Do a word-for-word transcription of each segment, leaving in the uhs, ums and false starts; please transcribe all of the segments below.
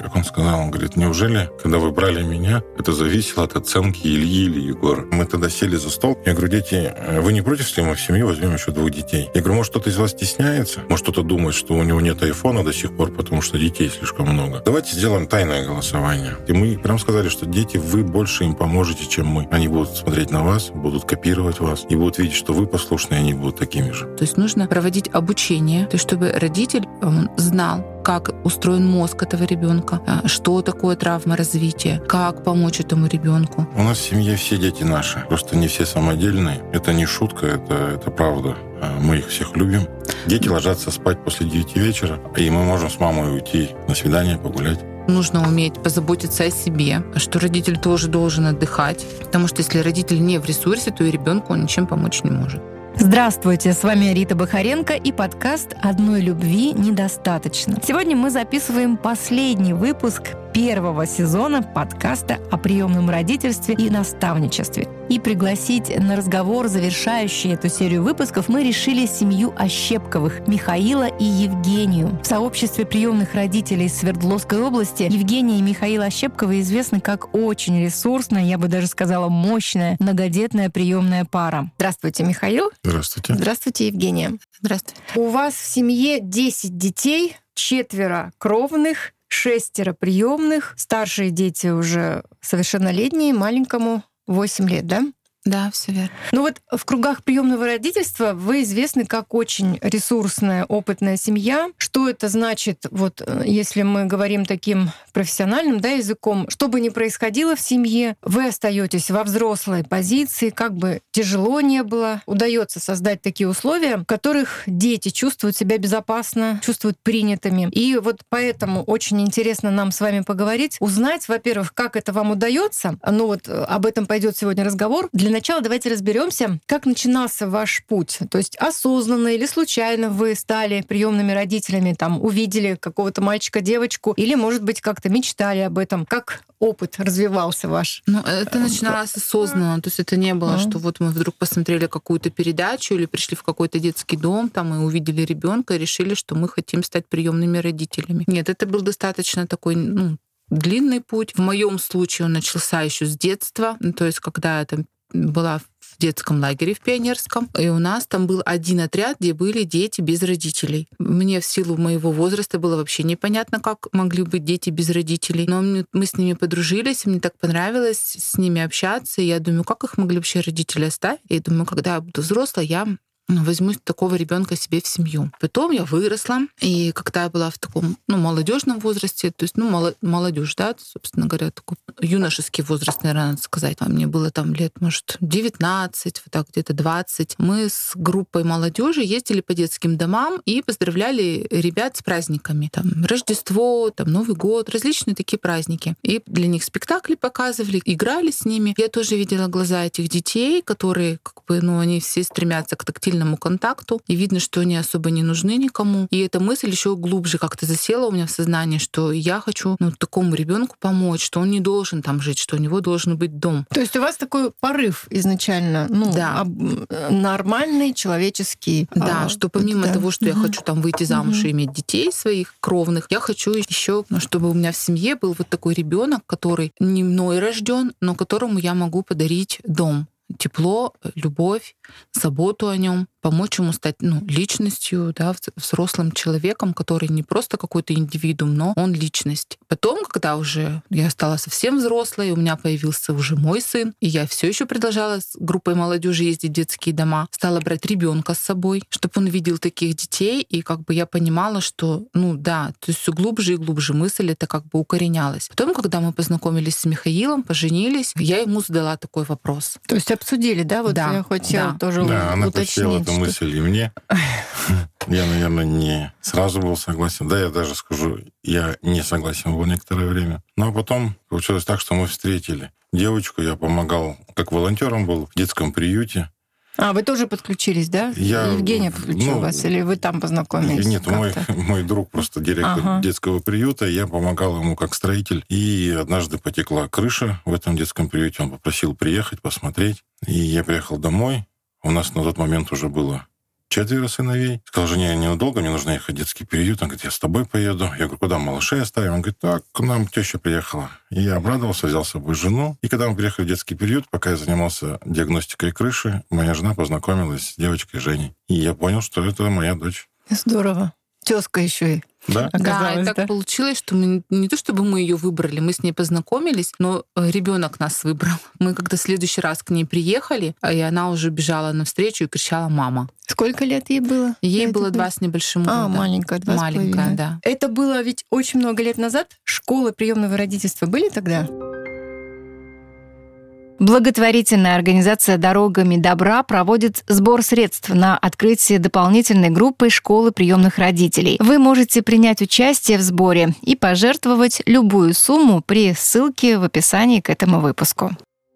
как он сказал, он говорит, неужели, когда вы брали меня, это зависело от оценки Ильи или Егора? Мы тогда сели за стол. Я говорю, дети, вы не против, если мы в семью возьмем еще двух детей? Я говорю, может, кто-то из вас стесняется? Может, кто-то думает, что у него нет айфона до сих пор, потому что детей слишком много? Давайте сделаем тайное голосование. И мы прям сказали, что дети, вы больше им поможете, чем мы. Они будут смотреть на вас, будут копировать вас, и будут видеть, что вы послушны, и они будут такими же. То есть нужно проводить обучение, то есть чтобы родитель он знал, как устроен мозг этого ребенка, что такое травма развития, как помочь этому ребенку. У нас в семье все дети наши, просто не все самодельные. Это не шутка, это, это правда. Мы их всех любим. Дети ложатся спать после девяти вечера, и мы можем с мамой уйти на свидание, погулять. Нужно уметь позаботиться о себе, что родитель тоже должен отдыхать, потому что если родитель не в ресурсе, то и ребенку он ничем помочь не может. Здравствуйте, с вами Рита Бахаренко и подкаст «Одной любви недостаточно». Сегодня мы записываем последний выпуск первого сезона подкаста о приемном родительстве и наставничестве. И пригласить на разговор, завершающий эту серию выпусков, мы решили семью Ощепковых, Михаила и Евгению. В сообществе приемных родителей Свердловской области Евгения и Михаил Ощепковы известны как очень ресурсная, я бы даже сказала, мощная, многодетная приемная пара. Здравствуйте, Михаил. Здравствуйте. Здравствуйте, Евгения. Здравствуйте. У вас в семье десять детей, четверо кровных, шестеро приемных. Старшие дети уже совершеннолетние, маленькому восемь лет, да? Да, все верно. Ну вот в кругах приемного родительства вы известны как очень ресурсная, опытная семья. Что это значит, вот если мы говорим таким профессиональным, да, языком, что бы ни происходило в семье, вы остаетесь во взрослой позиции, как бы тяжело не было, удается создать такие условия, в которых дети чувствуют себя безопасно, чувствуют принятыми. И вот поэтому очень интересно нам с вами поговорить, узнать, во-первых, как это вам удается. Ну вот об этом пойдет сегодня разговор. Для начала давайте разберемся, как начинался ваш путь. То есть осознанно или случайно вы стали приемными родителями, там увидели какого-то мальчика, девочку, или, может быть, как-то мечтали об этом. Как опыт развивался ваш? Ну, это начиналось осознанно. То есть это не было, Mm. что вот мы вдруг посмотрели какую-то передачу или пришли в какой-то детский дом, там и увидели ребенка и решили, что мы хотим стать приемными родителями. Нет, это был достаточно такой, ну, длинный путь. В моем случае он начался еще с детства. Ну, то есть когда я там была в детском лагере в Пионерском, и у нас там был один отряд, где были дети без родителей. Мне в силу моего возраста было вообще непонятно, как могли быть дети без родителей. Но мы с ними подружились, и мне так понравилось с ними общаться. И я думаю, как их могли вообще родители оставить? И думаю, когда я буду взрослой, я возьму такого ребенка себе в семью. Потом я выросла, и когда я была в таком, ну, молодежном возрасте, то есть, ну, молодежь, да, собственно говоря, такой юношеский возраст, наверное, надо сказать. А мне было там лет, может, девятнадцать, вот так где-то двадцать. Мы с группой молодежи ездили по детским домам и поздравляли ребят с праздниками. Там Рождество, там Новый год, различные такие праздники. И для них спектакли показывали, играли с ними. Я тоже видела глаза этих детей, которые, как бы, ну, они все стремятся к тактильному контакту, и видно, что они особо не нужны никому. И эта мысль еще глубже как-то засела у меня в сознании, что я хочу, ну, такому ребенку помочь, что он не должен там жить, что у него должен быть дом. То есть у вас такой порыв изначально, ну, да. об, нормальный, человеческий. Да, а, что помимо да. того, что угу. я хочу там выйти замуж угу. и иметь детей своих кровных, я хочу еще, ну, чтобы у меня в семье был вот такой ребенок, который не мной рожден, но которому я могу подарить дом. Тепло, любовь, заботу о нем, помочь ему стать, ну, личностью, да, взрослым человеком, который не просто какой-то индивидуум, но он личность. Потом, когда уже я стала совсем взрослой, у меня появился уже мой сын, и я все еще продолжала с группой молодежи ездить в детские дома, стала брать ребенка с собой, чтобы он видел таких детей, и как бы я понимала, что, ну да, то есть все глубже и глубже мысль это как бы укоренялась. Потом, когда мы познакомились с Михаилом, поженились, я ему задала такой вопрос. То есть обсудили, да? Вот да, я хотела да. тоже да, она уточнить. посеяла эту мысль и мне. Я, наверное, не сразу был согласен. Да, я даже скажу, я не согласен был некоторое время. Но потом получилось так, что мы встретили девочку. Я помогал, как волонтером был в детском приюте. А, вы тоже подключились, да? Я, Евгения подключил ну, вас, или вы там познакомились? Нет, мой, мой друг просто директор ага. детского приюта, я помогал ему как строитель. И однажды потекла крыша в этом детском приюте, он попросил приехать, посмотреть. И я приехал домой. У нас на тот момент уже было четверо сыновей. Сказал жене, ненадолго, мне нужно ехать в детский приют. Он говорит, я с тобой поеду. Я говорю, куда малышей оставим? Он говорит, так, к нам теща приехала. И я обрадовался, взял с собой жену. И когда мы приехали в детский приют, пока я занимался диагностикой крыши, моя жена познакомилась с девочкой Женей. И я понял, что это моя дочь. Здорово. Тезка еще и. Да? Да, и так да? получилось, что мы не то чтобы мы ее выбрали, мы с ней познакомились, но ребенок нас выбрал. Мы когда в следующий раз к ней приехали, и она уже бежала навстречу и кричала «мама». Сколько лет ей было? Ей Это было было? два с небольшим года. А, маленькая, два Маленькая, с половиной. да. Это было ведь очень много лет назад. Школы приемного родительства были тогда? Благотворительная организация «Дорогами добра» проводит сбор средств на открытие дополнительной группы школы приемных родителей. Вы можете принять участие в сборе и пожертвовать любую сумму при ссылке в описании к этому выпуску.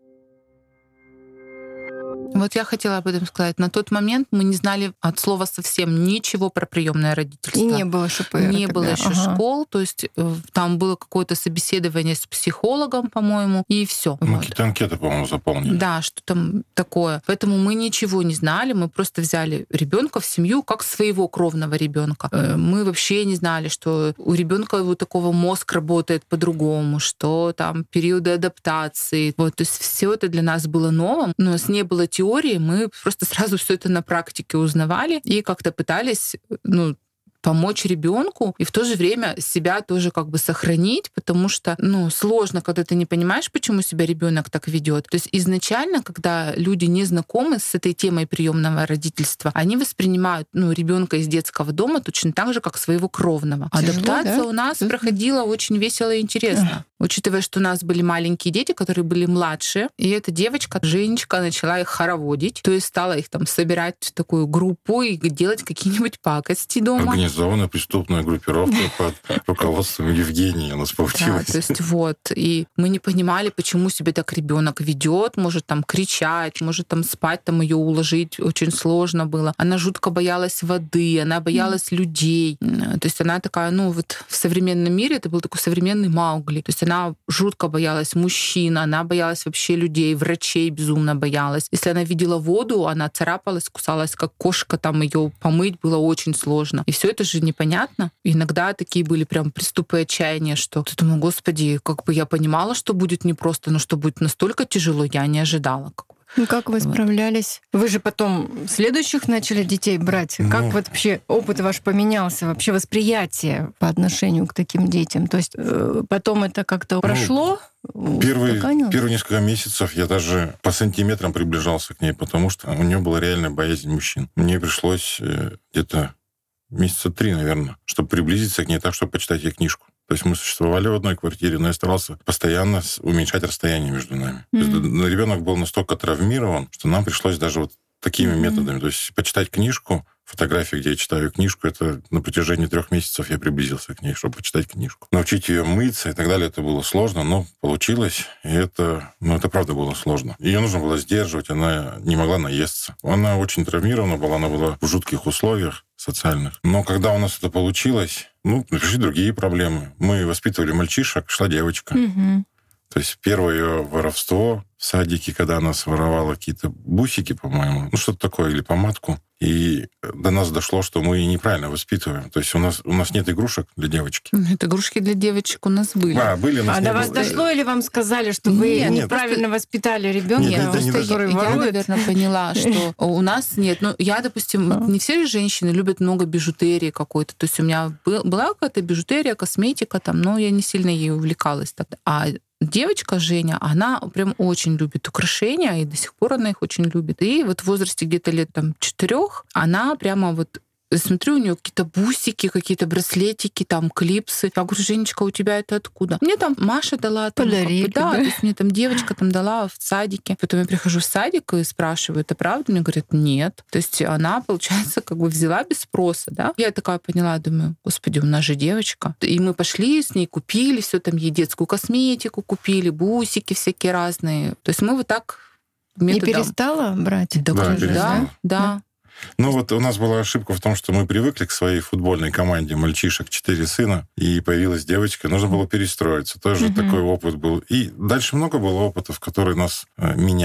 Вот я хотела об этом сказать. На тот момент мы не знали от слова совсем ничего про приемное родительство. И не было ШПР Не тогда. было еще Ага. школ, то есть э, там было какое-то собеседование с психологом, по-моему, и все. Мы какие-то анкеты, по-моему, заполнили. Да, что там такое. Поэтому мы ничего не знали, мы просто взяли ребенка в семью как своего кровного ребенка. Мы вообще не знали, что у ребенка вот такого мозг работает по-другому, что там периоды адаптации. Вот, то есть все это для нас было новым. У нас не было теории, мы просто сразу все это на практике узнавали и как-то пытались, ну, помочь ребенку и в то же время себя тоже как бы сохранить, потому что, ну, сложно, когда ты не понимаешь, почему себя ребенок так ведет. То есть изначально, когда люди не знакомы с этой темой приемного родительства, они воспринимают, ну, ребенка из детского дома точно так же, как своего кровного. Тяжело, Адаптация да? у нас Мгм. проходила очень весело и интересно. Учитывая, что у нас были маленькие дети, которые были младше, и эта девочка, Женечка, начала их хороводить, то есть стала их там собирать в такую группу и делать какие-нибудь пакости дома. Организованная преступная группировка под руководством Евгении у нас Да, получилась. то есть вот. И мы не понимали, почему себя так ребенок ведет, может там кричать, может там спать, там ее уложить очень сложно было. Она жутко боялась воды, она боялась mm. людей. То есть она такая, ну вот в современном мире это был такой современный Маугли. То есть она жутко боялась мужчин, она боялась вообще людей, врачей безумно боялась. Если она видела воду, она царапалась, кусалась, как кошка, там ее помыть было очень сложно. И все это же непонятно. Иногда такие были прям приступы отчаяния, что ты думаешь, господи, как бы я понимала, что будет непросто, но что будет настолько тяжело, я не ожидала. Как бы. Ну как вы Вот. справлялись? Вы же потом следующих начали детей брать. Как Ну. вот вообще опыт ваш поменялся? Вообще восприятие по отношению к таким детям? То есть э, потом это как-то прошло? Первые, устаканилось? первые несколько месяцев я даже по сантиметрам приближался к ней, потому что у нее была реальная боязнь мужчин. Мне пришлось э, где-то месяца три, наверное, чтобы приблизиться к ней так, чтобы почитать ей книжку. То есть мы существовали в одной квартире, но я старался постоянно уменьшать расстояние между нами. Mm-hmm. Ребенок был настолько травмирован, что нам пришлось даже вот такими mm-hmm. методами. То есть почитать книжку, фотографии, где я читаю книжку, это на протяжении трех месяцев я приблизился к ней, чтобы почитать книжку. Научить ее мыться и так далее, это было сложно, но получилось. И это, ну, это правда было сложно. Ее нужно было сдерживать, она не могла наесться. Она очень травмирована была, она была в жутких условиях социальных. Но когда у нас это получилось, ну, пришли другие проблемы. Мы воспитывали мальчишек, пришла девочка. Угу. То есть первое ее воровство в садике, когда она своровала какие-то бусики, по-моему, ну, что-то такое, или помадку. И до нас дошло, что мы неправильно воспитываем. То есть у нас, у нас нет игрушек для девочки. Это игрушки для девочек у нас были. А, были, но А до вас было. дошло или вам сказали, что вы Нет, неправильно воспитали ребенка, Нет, это не который я, ворует? наверное, поняла, что у нас нет. Ну, я, допустим, не все женщины любят много бижутерии какой-то. То есть у меня был, была какая-то бижутерия, косметика там, но я не сильно ей увлекалась тогда. А девочка Женя, она прям очень любит украшения, и до сих пор она их очень любит. И вот в возрасте где-то лет там четырех она прямо вот смотрю, у нее какие-то бусики, какие-то браслетики, там клипсы. Я говорю, Женечка, у тебя это откуда? Мне там Маша дала. Там, Подарили, как бы, да, да? то есть мне там девочка там дала в садике. Потом я прихожу в садик и спрашиваю, это правда? Мне говорят, нет. То есть она, получается, как бы взяла без спроса, да? Я такая поняла, думаю, господи, у нас же девочка. И мы пошли с ней, купили все там, ей детскую косметику купили, бусики всякие разные. То есть мы вот так методом... Не перестала брать? Да, Да, конечно, перестала. да, да. Ну вот у нас была ошибка в том, что мы привыкли к своей футбольной команде мальчишек, четыре сына, и появилась девочка, нужно было перестроиться. Тоже Мгм. такой опыт был. И дальше много было опытов, которые нас э, меняли.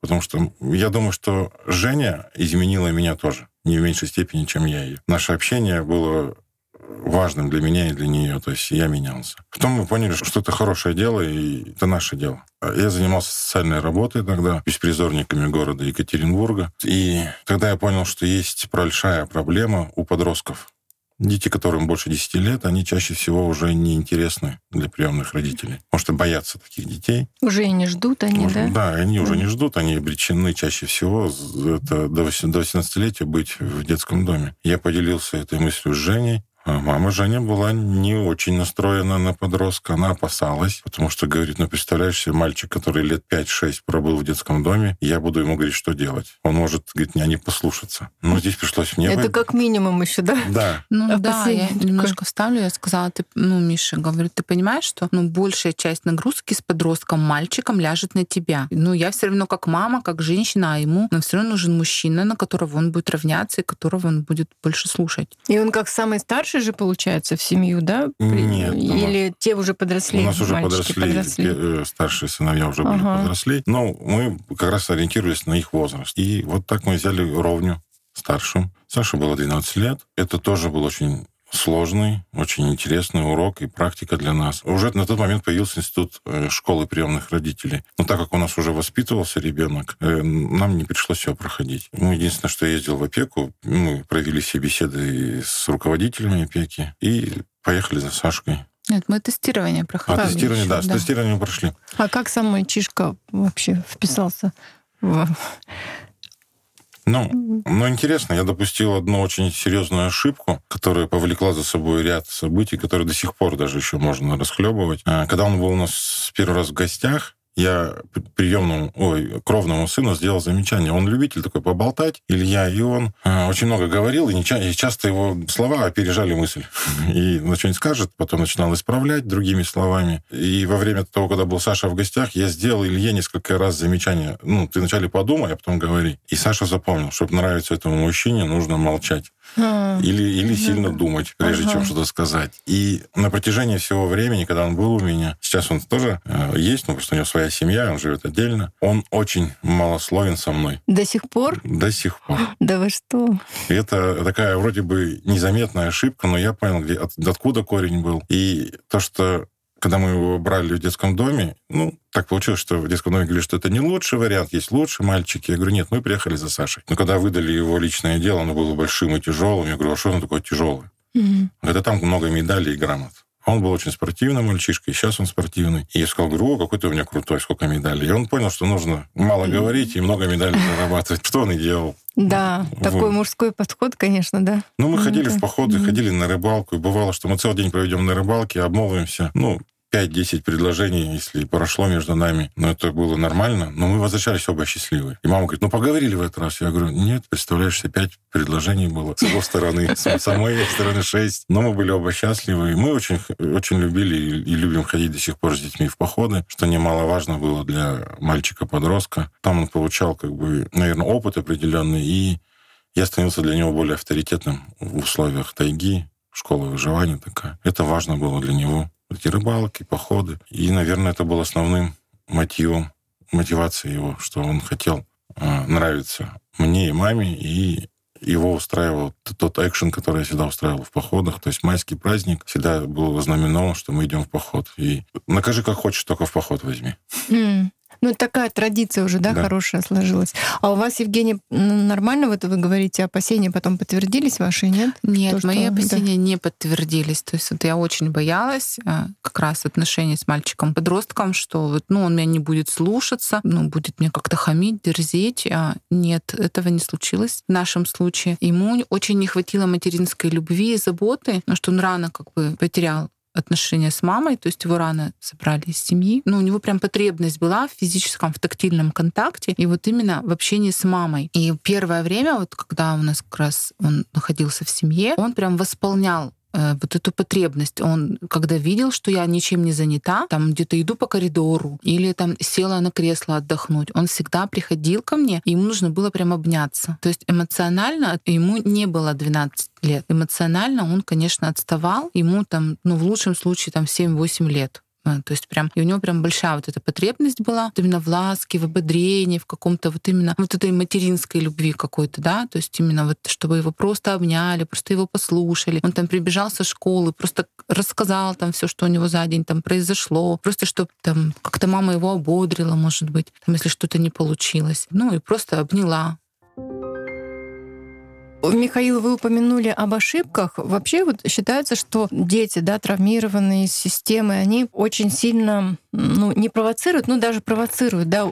потому что я думаю, что Женя изменила меня тоже, не в меньшей степени, чем я ее. Наше общение было важным для меня и для нее, то есть я менялся. Потом мы поняли, что это хорошее дело, и это наше дело. Я занимался социальной работой тогда, беспризорниками города Екатеринбурга, и тогда я понял, что есть большая проблема у подростков. Дети, которым больше десяти лет, они чаще всего уже не интересны для приемных родителей. Потому что боятся таких детей. Уже и не ждут они, уже, да? Да, они уже не ждут, они обречены чаще всего это до восемнадцатилетия быть в детском доме. Я поделился этой мыслью с Женей. А мама Женя была не очень настроена на подростка, она опасалась, потому что говорит, ну, представляешь себе, мальчик, который лет пять-шесть пробыл в детском доме, я буду ему говорить, что делать. Он может, говорит, не послушаться. Но здесь пришлось мне... Это как минимум еще, да? Да. Ну А да, я последний немножко вставлю, я сказала, ты, ну, Миша говорит, ты понимаешь, что ну, большая часть нагрузки с подростком, мальчиком ляжет на тебя. Ну, я все равно как мама, как женщина, а ему но все равно нужен мужчина, на которого он будет равняться и которого он будет больше слушать. И он как самый старший же, получается, в семью, да? Нет. Или нас... те уже подросли? У нас уже подросли, подросли, старшие сыновья уже были ага. подросли. Но мы как раз ориентировались на их возраст. И вот так мы взяли Ровню старшим. Саше было двенадцать лет. Это тоже был очень сложный, очень интересный урок и практика для нас. Уже на тот момент появился институт школы приемных родителей. Но так как у нас уже воспитывался ребенок, нам не пришлось его проходить. Ну, единственное, что я ездил в опеку, мы провели все беседы с руководителями опеки и поехали за Сашкой. Нет, мы тестирование проходили. А, тестирование, еще, да, с да. тестированием прошли. А как сам мальчишка вообще вписался в... Ну, ну, интересно, я допустил одну очень серьезную ошибку, которая повлекла за собой ряд событий, которые до сих пор даже еще можно расхлебывать. Когда он был у нас первый раз в гостях, я приемному, ой, кровному сыну сделал замечание. Он любитель такой поболтать, Илья, и он э, очень много говорил, и, не ча- и часто его слова опережали мысль. И он что-нибудь скажет, потом начинал исправлять другими словами. И во время того, когда был Саша в гостях, я сделал Илье несколько раз замечание. Ну, ты вначале подумай, а потом говори. И Саша запомнил, чтобы нравиться этому мужчине, нужно молчать. А, Или, или сильно думать, прежде ага. чем что-то сказать. И на протяжении всего времени, когда он был у меня, сейчас он тоже э, есть, но просто у него своя семья, он живет отдельно, он очень малословен со мной. До сих пор? До сих пор. Да вы что? И это такая вроде бы незаметная ошибка, но я понял, где, от, откуда корень был. И то, что когда мы его брали в детском доме, ну, так получилось, что в детском доме говорили, что это не лучший вариант, есть лучшие мальчики. Я говорю, нет, мы приехали за Сашей. Но когда выдали его личное дело, оно было большим и тяжелым. Я говорю, а что оно такое тяжелое? Mm-hmm. Это там много медалей и грамот. Он был очень спортивным мальчишкой, и сейчас он спортивный. И я сказал, говорю, о, какой ты у меня крутой, сколько медалей. И он понял, что нужно мало говорить и много медалей зарабатывать. Что он и делал. Да, Вот. такой мужской подход, конечно, да. Ну, мы Ну, ходили да. в походы, Мгм. ходили на рыбалку. И бывало, что мы целый день проведем на рыбалке, обмолвимся. Ну, пять-десять предложений, если прошло между нами. Но это было нормально. Но мы возвращались оба счастливые. И мама говорит, ну, поговорили в этот раз. Я говорю, нет, представляешь, себе пять предложений было. С его стороны, с моей стороны шесть. Но мы были оба счастливы. И мы очень, очень любили и любим ходить до сих пор с детьми в походы, что немаловажно было для мальчика-подростка. Там он получал, как бы, наверное, опыт определенный. И я становился для него более авторитетным в условиях тайги, школы выживания такая. Это важно было для него. Эти рыбалки, походы. И, наверное, это был основным мотивом, мотивацией его, что он хотел э, нравиться мне и маме, и его устраивал тот экшен, который я всегда устраивал в походах. То есть майский праздник всегда был ознаменован, что мы идем в поход. И накажи, как хочешь, только в поход возьми. М. Ну, это такая традиция уже, да, Да. хорошая сложилась. А у вас, Евгений, н- нормально вот вы говорите, опасения потом подтвердились ваши, нет? Нет, То, мои что- опасения не подтвердились. То есть вот я очень боялась а, как раз отношений с мальчиком-подростком, что вот, ну, он меня не будет слушаться, ну, будет мне как-то хамить, дерзить. А, нет, этого не случилось в нашем случае. Ему очень не хватило материнской любви и заботы, потому что он рано как бы потерял отношения с мамой, то есть его рано забрали из семьи. Ну, у него прям потребность была в физическом, в тактильном контакте, и вот именно в общении с мамой. И первое время, вот когда у нас как раз он находился в семье, он прям восполнял э, вот эту потребность. Он, когда видел, что я ничем не занята, там где-то иду по коридору или там села на кресло отдохнуть, он всегда приходил ко мне, и ему нужно было прям обняться. То есть эмоционально ему не было двенадцать лет. Эмоционально он, конечно, отставал. Ему там, ну, в лучшем случае, там семь-восемь лет. То есть прям, и у него прям большая вот эта потребность была вот именно в ласке, в ободрении, в каком-то вот именно вот этой материнской любви какой-то, да, то есть именно вот чтобы его просто обняли, просто его послушали. Он там прибежал со школы, просто рассказал там все, что у него за день там произошло, просто чтобы там как-то мама его ободрила, может быть, там, если что-то не получилось. Ну и просто обняла. Михаил, вы упомянули об ошибках. Вообще вот считается, что дети, да, травмированные из системы, они очень сильно, ну, не провоцируют, ну, даже провоцируют, да,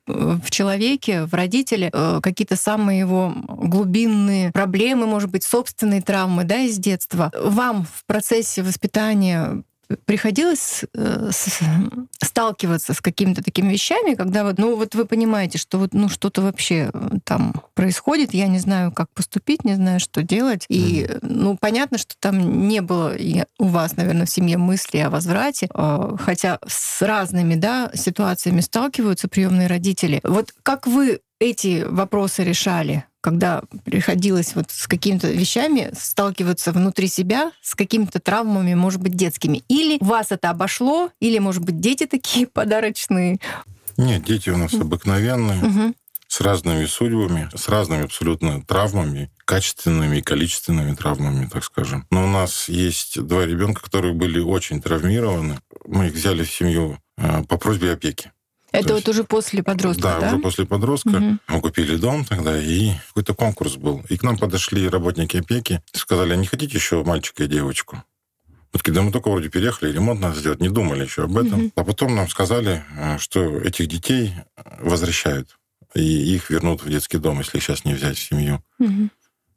в человеке, в родителе какие-то самые его глубинные проблемы, может быть, собственные травмы, да, из детства. Вам в процессе воспитания приходилось э, с, сталкиваться с какими-то такими вещами, когда вот, ну вот вы понимаете, что вот ну что-то вообще там происходит, я не знаю, как поступить, не знаю, что делать, и mm-hmm. ну понятно, что там не было у вас, наверное, в семье мысли о возврате, э, хотя с разными, да, ситуациями сталкиваются приемные родители. Вот как вы эти вопросы решали, когда приходилось вот с какими-то вещами сталкиваться внутри себя, с какими-то травмами, может быть, детскими? Или вас это обошло, или, может быть, дети такие подарочные? Нет, дети у нас обыкновенные, угу. с разными судьбами, с разными абсолютно травмами, качественными и количественными травмами, так скажем. Но у нас есть два ребенка, которые были очень травмированы. Мы их взяли в семью по просьбе опеки. Это вот уже после подростка, да? Да, уже после подростка. Угу. Мы купили дом тогда, и какой-то конкурс был. И к нам подошли работники опеки и сказали, а не хотите еще мальчика и девочку? Вот когда мы только вроде переехали, ремонт надо сделать, не думали еще об этом. Угу. А потом нам сказали, что этих детей возвращают, и их вернут в детский дом, если их сейчас не взять в семью. Угу.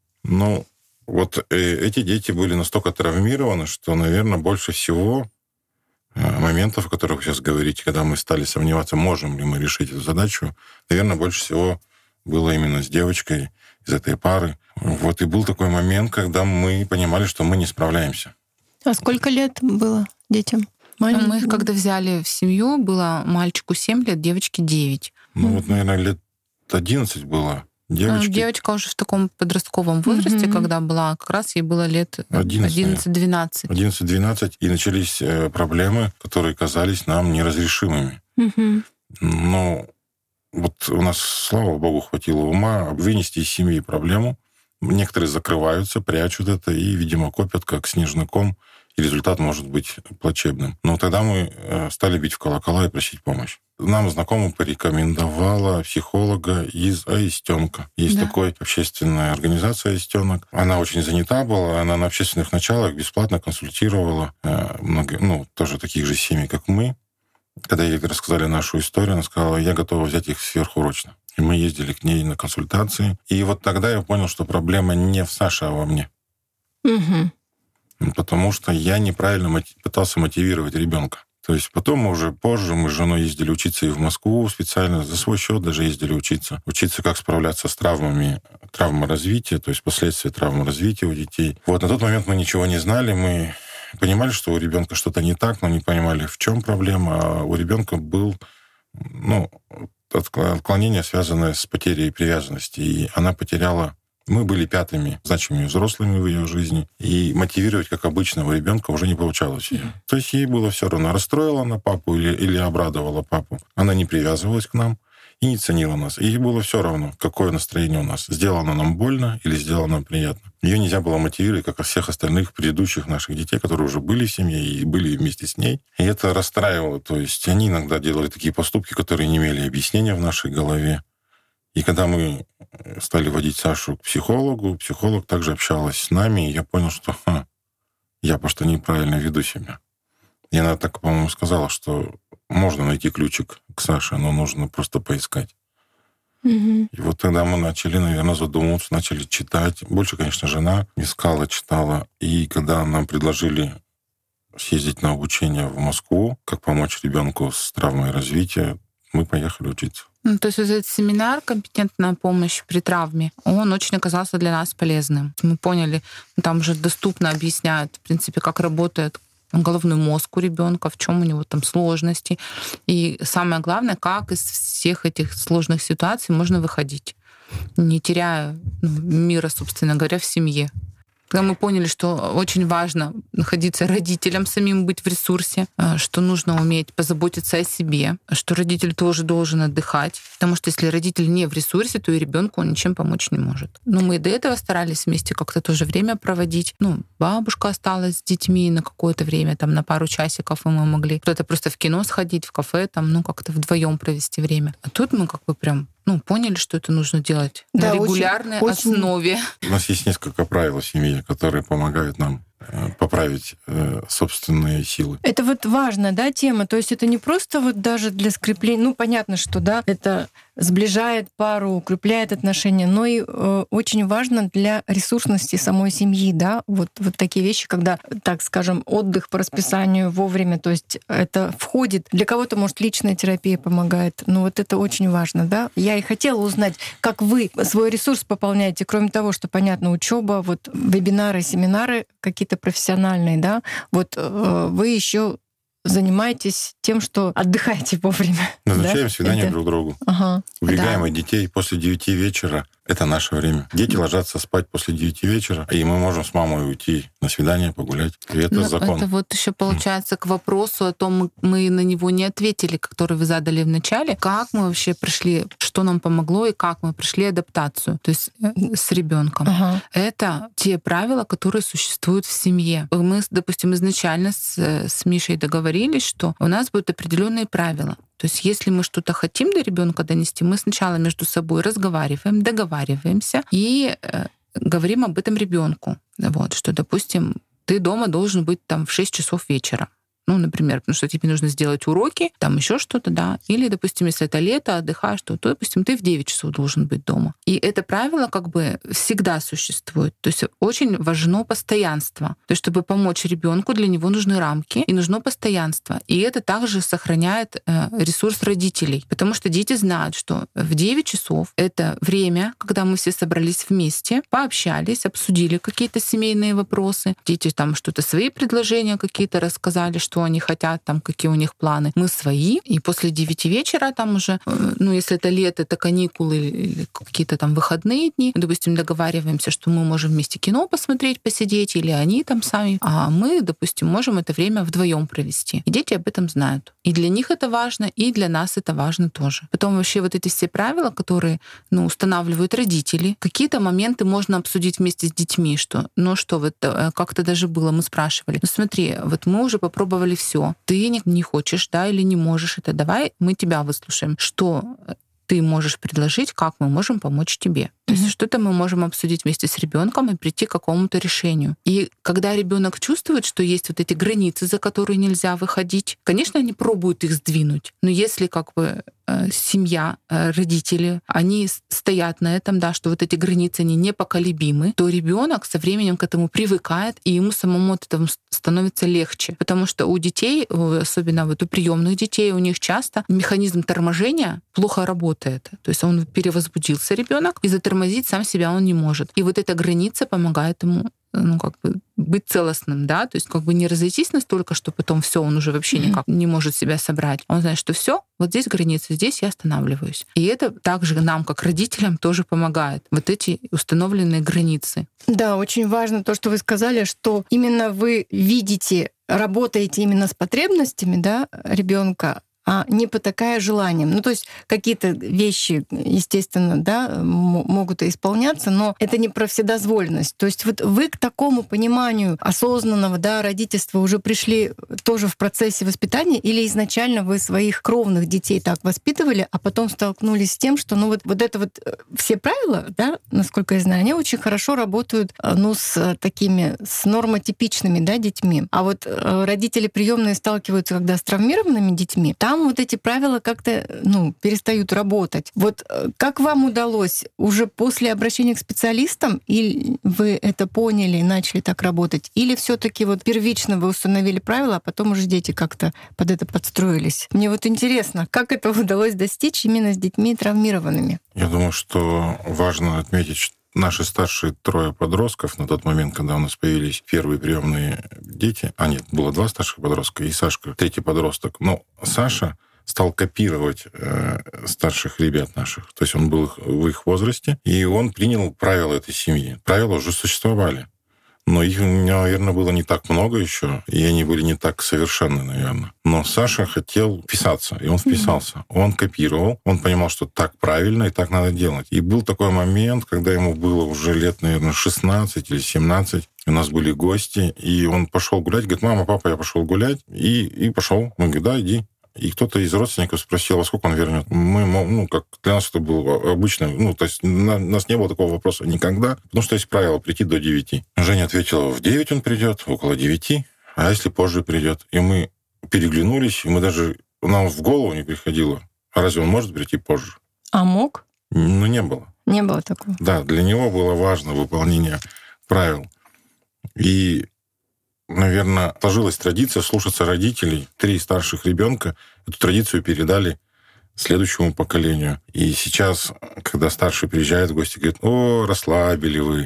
Ну, вот эти дети были настолько травмированы, что, наверное, больше всего моментов, о которых вы сейчас говорите, когда мы стали сомневаться, можем ли мы решить эту задачу, наверное, больше всего было именно с девочкой из этой пары. Вот и был такой момент, когда мы понимали, что мы не справляемся. А сколько лет было детям? Маленьким? Мы их когда взяли в семью, было мальчику семь лет, девочке девять. Ну mm-hmm. вот, наверное, лет одиннадцать было. Девочки. Девочка уже в таком подростковом возрасте, mm-hmm. когда была, как раз ей было лет одиннадцать-двенадцать. одиннадцать-двенадцать, и начались проблемы, которые казались нам неразрешимыми. Mm-hmm. Но вот у нас, слава богу, хватило ума вынести из семьи проблему. Некоторые закрываются, прячут это и, видимо, копят как снежный ком, и результат может быть плачебным. Но тогда мы стали бить в колокола и просить помощь. Нам знакомая порекомендовала психолога из Аистенка. Есть да. такая общественная организация Аистенок. Она очень занята была, она на общественных началах бесплатно консультировала э, много, ну, тоже таких же семей, как мы. Когда ей рассказали нашу историю, она сказала, я готова взять их сверхурочно. И мы ездили к ней на консультации. И вот тогда я понял, что проблема не в Саше, а во мне. Угу. Потому что я неправильно мотив... пытался мотивировать ребенка. То есть потом мы уже позже, мы с женой ездили учиться и в Москву специально, за свой счет даже ездили учиться. Учиться, как справляться с травмами, травмой развития, то есть последствия травмы развития у детей. Вот на тот момент мы ничего не знали, мы понимали, что у ребенка что-то не так, но не понимали, в чем проблема. А у ребенка был, ну, отклонение, связанное с потерей привязанности. И она потеряла... Мы были пятыми значимыми взрослыми в ее жизни, и мотивировать, как обычного ребенка, уже не получалось ее. То есть ей было все равно, расстроила она папу или, или обрадовала папу. Она не привязывалась к нам и не ценила нас. И ей было все равно, какое настроение у нас. Сделала она нам больно или сделала нам приятно. Ее нельзя было мотивировать, как и всех остальных предыдущих наших детей, которые уже были в семье и были вместе с ней. И это расстраивало. То есть они иногда делали такие поступки, которые не имели объяснения в нашей голове. И когда мы стали водить Сашу к психологу, психолог также общалась с нами, и я понял, что ха, я просто неправильно веду себя. И она так, по-моему, сказала, что можно найти ключик к Саше, но нужно просто поискать. Mm-hmm. И вот тогда мы начали, наверное, задумываться, начали читать. Больше, конечно, жена искала, читала. И когда нам предложили съездить на обучение в Москву, как помочь ребенку с травмой развития, мы поехали учиться. Ну, то есть вот этот семинар «Компетентная помощь при травме», он очень оказался для нас полезным. Мы поняли, там уже доступно объясняют, в принципе, как работает головной мозг у ребенка, в чем у него там сложности. И самое главное, как из всех этих сложных ситуаций можно выходить, не теряя ну, мира, собственно говоря, в семье. Когда мы поняли, что очень важно находиться родителям самим, быть в ресурсе, что нужно уметь позаботиться о себе, что родитель тоже должен отдыхать, потому что если родитель не в ресурсе, то и ребенку он ничем помочь не может. Но мы и до этого старались вместе как-то тоже время проводить. Ну, бабушка осталась с детьми на какое-то время, там на пару часиков, и мы могли кто-то просто в кино сходить, в кафе, там, ну, как-то вдвоем провести время. А тут мы как бы прям ну, поняли, что это нужно делать да, на регулярной очень, основе. Очень... У нас есть несколько правил в семье, которые помогают нам поправить э, собственные силы. Это вот важная, да, тема. То есть это не просто вот даже для скрепления. Ну, понятно, что, да, это сближает пару, укрепляет отношения, но и э, очень важно для ресурсности самой семьи, да, вот, вот такие вещи, когда, так скажем, отдых по расписанию вовремя, то есть это входит, для кого-то, может, личная терапия помогает, но вот это очень важно, да. Я и хотела узнать, как вы свой ресурс пополняете, кроме того, что, понятно, учеба, вот вебинары, семинары какие-то профессиональные, да, вот э, вы еще занимаетесь тем, что отдыхаете вовремя. Назначаем да? свидания это... друг другу. Ага. Убегаем да. от детей после девяти вечера. Это наше время. Дети ложатся спать после девяти вечера, и мы можем с мамой уйти на свидание, погулять. И это ну, закон. Это вот еще получается к вопросу о том, мы на него не ответили, который вы задали в начале. Как мы вообще пришли, что нам помогло и как мы пришли адаптацию, то есть с ребенком. Ага. Это те правила, которые существуют в семье. Мы, допустим, изначально с, с Мишей договорились, что у нас будут определенные правила. То есть если мы что-то хотим до ребенка донести, мы сначала между собой разговариваем, договариваемся и э, говорим об этом ребенку. Вот, что, допустим, ты дома должен быть там в шесть часов вечера. Ну, например, потому что тебе нужно сделать уроки, там еще что-то, да. Или, допустим, если это лето, отдыхаешь, то, то, допустим, ты в девять часов должен быть дома. И это правило как бы всегда существует. То есть очень важно постоянство. То есть чтобы помочь ребенку, для него нужны рамки и нужно постоянство. И это также сохраняет э, ресурс родителей. Потому что дети знают, что в девять часов это время, когда мы все собрались вместе, пообщались, обсудили какие-то семейные вопросы. Дети там что-то свои предложения какие-то рассказали, что они хотят, там, какие у них планы. Мы свои, и после девяти вечера там уже, ну, если это лето, это каникулы или какие-то там выходные дни, допустим, договариваемся, что мы можем вместе кино посмотреть, посидеть, или они там сами, а мы, допустим, можем это время вдвоем провести. И дети об этом знают. И для них это важно, и для нас это важно тоже. Потом вообще вот эти все правила, которые, ну, устанавливают родители, какие-то моменты можно обсудить вместе с детьми, что, ну что, вот как-то даже было, мы спрашивали, ну смотри, вот мы уже попробовали все. Ты не, не хочешь, да, или не можешь это. Давай мы тебя выслушаем. Что ты можешь предложить, как мы можем помочь тебе. То есть mm-hmm. что-то мы можем обсудить вместе с ребенком и прийти к какому-то решению. И когда ребенок чувствует, что есть вот эти границы, за которые нельзя выходить, конечно, они пробуют их сдвинуть. Но если как бы семья, родители, они стоят на этом, да, что вот эти границы, они непоколебимы, то ребенок со временем к этому привыкает, и ему самому от этого становится легче. Потому что у детей, особенно вот у приемных детей, у них часто механизм торможения плохо работает. То есть он перевозбудился, ребенок, и затормозить сам себя он не может. И вот эта граница помогает ему, ну, как бы быть целостным, да, то есть как бы не разойтись настолько, что потом все, он уже вообще никак не может себя собрать. Он знает, что все, вот здесь граница, здесь я останавливаюсь. И это также нам, как родителям, тоже помогает. Вот эти установленные границы. Да, очень важно то, что вы сказали, что именно вы видите, работаете именно с потребностями, да, ребенка, а не потакая желанием. Ну, то есть какие-то вещи, естественно, да, могут исполняться, но это не про вседозволенность. То есть вот вы к такому пониманию осознанного, да, родительства уже пришли тоже в процессе воспитания, или изначально вы своих кровных детей так воспитывали, а потом столкнулись с тем, что, ну, вот, вот это вот все правила, да, насколько я знаю, они очень хорошо работают, ну, с такими, с нормотипичными, да, детьми. А вот родители приемные сталкиваются, когда с травмированными детьми, там вот эти правила как-то, ну, перестают работать. Вот как вам удалось уже после обращения к специалистам, или вы это поняли и начали так работать, или все-таки вот первично вы установили правила, а потом уже дети как-то под это подстроились? Мне вот интересно, как это удалось достичь именно с детьми травмированными? Я думаю, что важно отметить, что наши старшие трое подростков на тот момент, когда у нас появились первые приемные дети, а нет, было два старших подростка и Сашка, третий подросток. Но Саша стал копировать э, старших ребят наших. То есть он был в их возрасте, и он принял правила этой семьи. Правила уже существовали. Но их, наверное, было не так много еще, и они были не так совершенны, наверное. Но Саша хотел вписаться, и он вписался. Mm-hmm. Он копировал, он понимал, что так правильно и так надо делать. И был такой момент, когда ему было уже лет, наверное, шестнадцать или семнадцать, у нас были гости, и он пошел гулять, говорит: мама, папа, я пошел гулять, и, и пошел. Он говорит: да, иди. И кто-то из родственников спросил, во сколько он вернет. Мы, ну, как для нас это было обычно, ну, то есть на, у нас не было такого вопроса никогда, потому что есть правило прийти до девяти. Женя ответила: в девять он придет, около девяти, а если позже придет? И мы переглянулись, и мы даже, нам в голову не приходило, а разве он может прийти позже? А мог? Ну, не было. Не было такого. Да, для него было важно выполнение правил. И, наверное, сложилась традиция слушаться родителей. Три старших ребенка эту традицию передали следующему поколению. И сейчас, когда старший приезжает в гости, говорит: о, расслабили вы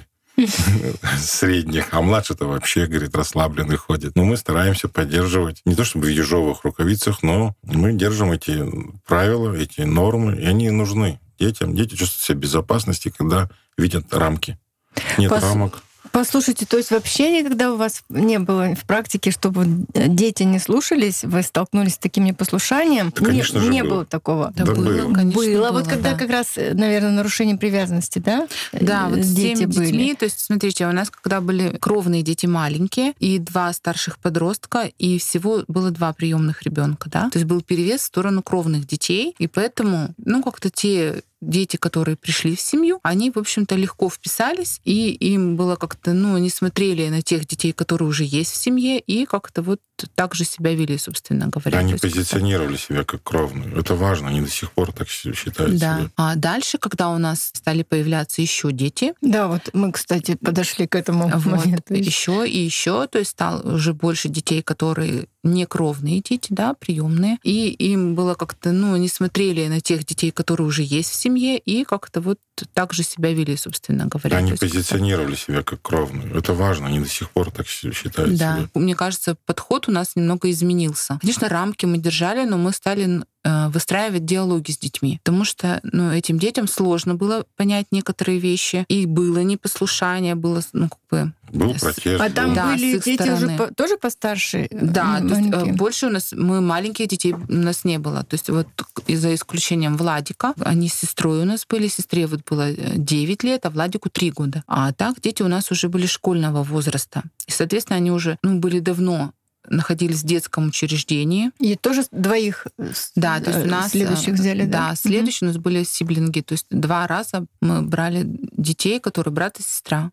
средних, а младший-то вообще, говорит, расслабленный ходит. Но мы стараемся поддерживать, не то чтобы в ежовых рукавицах, но мы держим эти правила, эти нормы, и они нужны детям. Дети чувствуют себя в безопасности, когда видят рамки. Нет Пос... рамок. Послушайте, то есть вообще никогда у вас не было в практике, чтобы дети не слушались, вы столкнулись с таким непослушанием? Да, конечно не же не было. было такого? Да, да было, было. конечно, было. было. Вот когда да. как раз, наверное, нарушение привязанности, да? Да, вот с дети теми были. детьми, то есть, смотрите, у нас когда были кровные дети маленькие, и два старших подростка, и всего было два приемных ребенка, да? То есть был перевес в сторону кровных детей, и поэтому, ну, как-то те дети, которые пришли в семью, они, в общем-то, легко вписались, и им было как-то, ну, они смотрели на тех детей, которые уже есть в семье, и как-то вот так же себя вели, собственно говоря. Они То есть позиционировали себя как кровные. Это важно, они до сих пор так считают да. себя. А дальше, когда у нас стали появляться еще дети, Да, вот мы, кстати, подошли к этому вот, моменту. еще и еще, то есть стало уже больше детей, которые не кровные дети, да, приемные, и им было как-то, ну, они смотрели на тех детей, которые уже есть в семье, и как-то вот так же себя вели, собственно говоря. Они то есть позиционировали себя как кровные. Это важно, они до сих пор так считают да. себя. Мне кажется, подход у нас немного изменился. Конечно, рамки мы держали, но мы стали э, выстраивать диалоги с детьми, потому что, ну, этим детям сложно было понять некоторые вещи, и было непослушание, было, ну, как бы... Был протест. А там Да, были с их дети стороны. уже по, тоже постарше? Да, то есть маленькие? больше у нас, мы маленьких детей у нас не было. То есть вот за исключением Владика, они с сестрой у нас были, сестре вот было девять лет, а Владику три года. А так дети у нас уже были школьного возраста. И, соответственно, они уже, ну, были давно находились в детском учреждении. И тоже двоих да, то есть у нас, следующих взяли, да? Да, следующие mm-hmm. у нас были сиблинги. То есть два раза мы брали детей, которые брат и сестра.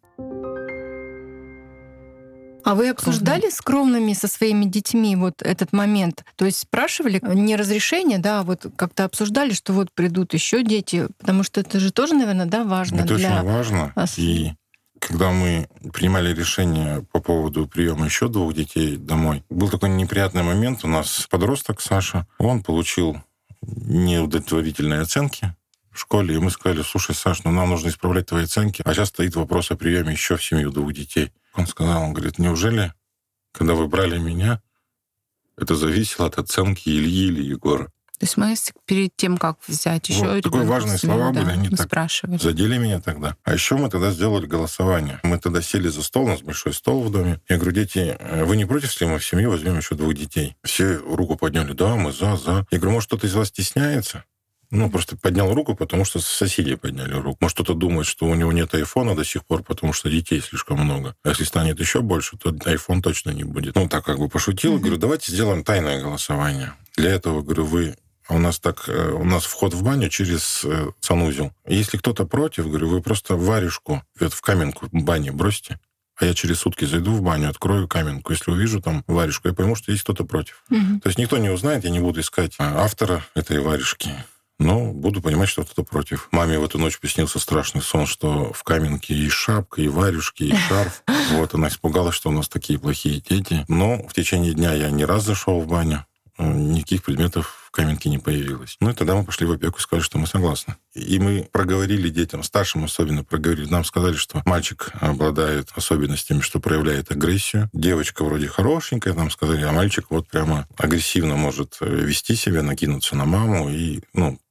А вы обсуждали с кровными, со своими детьми вот этот момент? То есть спрашивали не разрешение, да, а вот как-то обсуждали, что вот придут еще дети, потому что это же тоже, наверное, да, важно. Это для... очень важно. Ос... И когда мы принимали решение по поводу приема еще двух детей домой, был такой неприятный момент. У нас подросток Саша, он получил неудовлетворительные оценки в школе, и мы сказали: слушай, Саш, ну нам нужно исправлять твои оценки, а сейчас стоит вопрос о приеме еще в семью двух детей. Он сказал, он говорит: неужели, когда вы брали меня, это зависело от оценки Ильи или Егора? То есть мы перед тем, как взять еще вот, такие важные семью, слова да, были, они так спрашивали. задели меня тогда. А еще мы тогда сделали голосование. Мы тогда сели за стол, у нас большой стол в доме. Я говорю: дети, вы не против, если мы в семью возьмем еще двух детей? Все руку подняли: да, мы за, за. Я говорю: может, кто-то из вас стесняется? Ну, просто поднял руку, потому что соседи подняли руку. Может, кто-то думает, что у него нет айфона до сих пор, потому что детей слишком много. А если станет еще больше, то айфон точно не будет. Ну, так как бы пошутил. Mm-hmm. Говорю: давайте сделаем тайное голосование. Для этого, говорю, вы... У нас так, у нас вход в баню через санузел. Если кто-то против, говорю, вы просто варежку в каменку в бане бросьте, а я через сутки зайду в баню, открою каменку. Если увижу там варежку, я пойму, что есть кто-то против. Mm-hmm. То есть никто не узнает, я не буду искать автора этой варежки. Но буду понимать, что кто-то против. Маме в эту ночь приснился страшный сон, что в каменке и шапка, и варежки, и шарф. Вот, она испугалась, что у нас такие плохие дети. Но в течение дня я не раз зашел в баню, никаких предметов в каменке не появилось. Ну и тогда мы пошли в опеку и сказали, что мы согласны. И мы проговорили детям, старшим особенно проговорили. Нам сказали, что мальчик обладает особенностями, что проявляет агрессию. Девочка вроде хорошенькая, нам сказали, а мальчик вот прямо агрессивно может вести себя, накинуться на маму и, ну,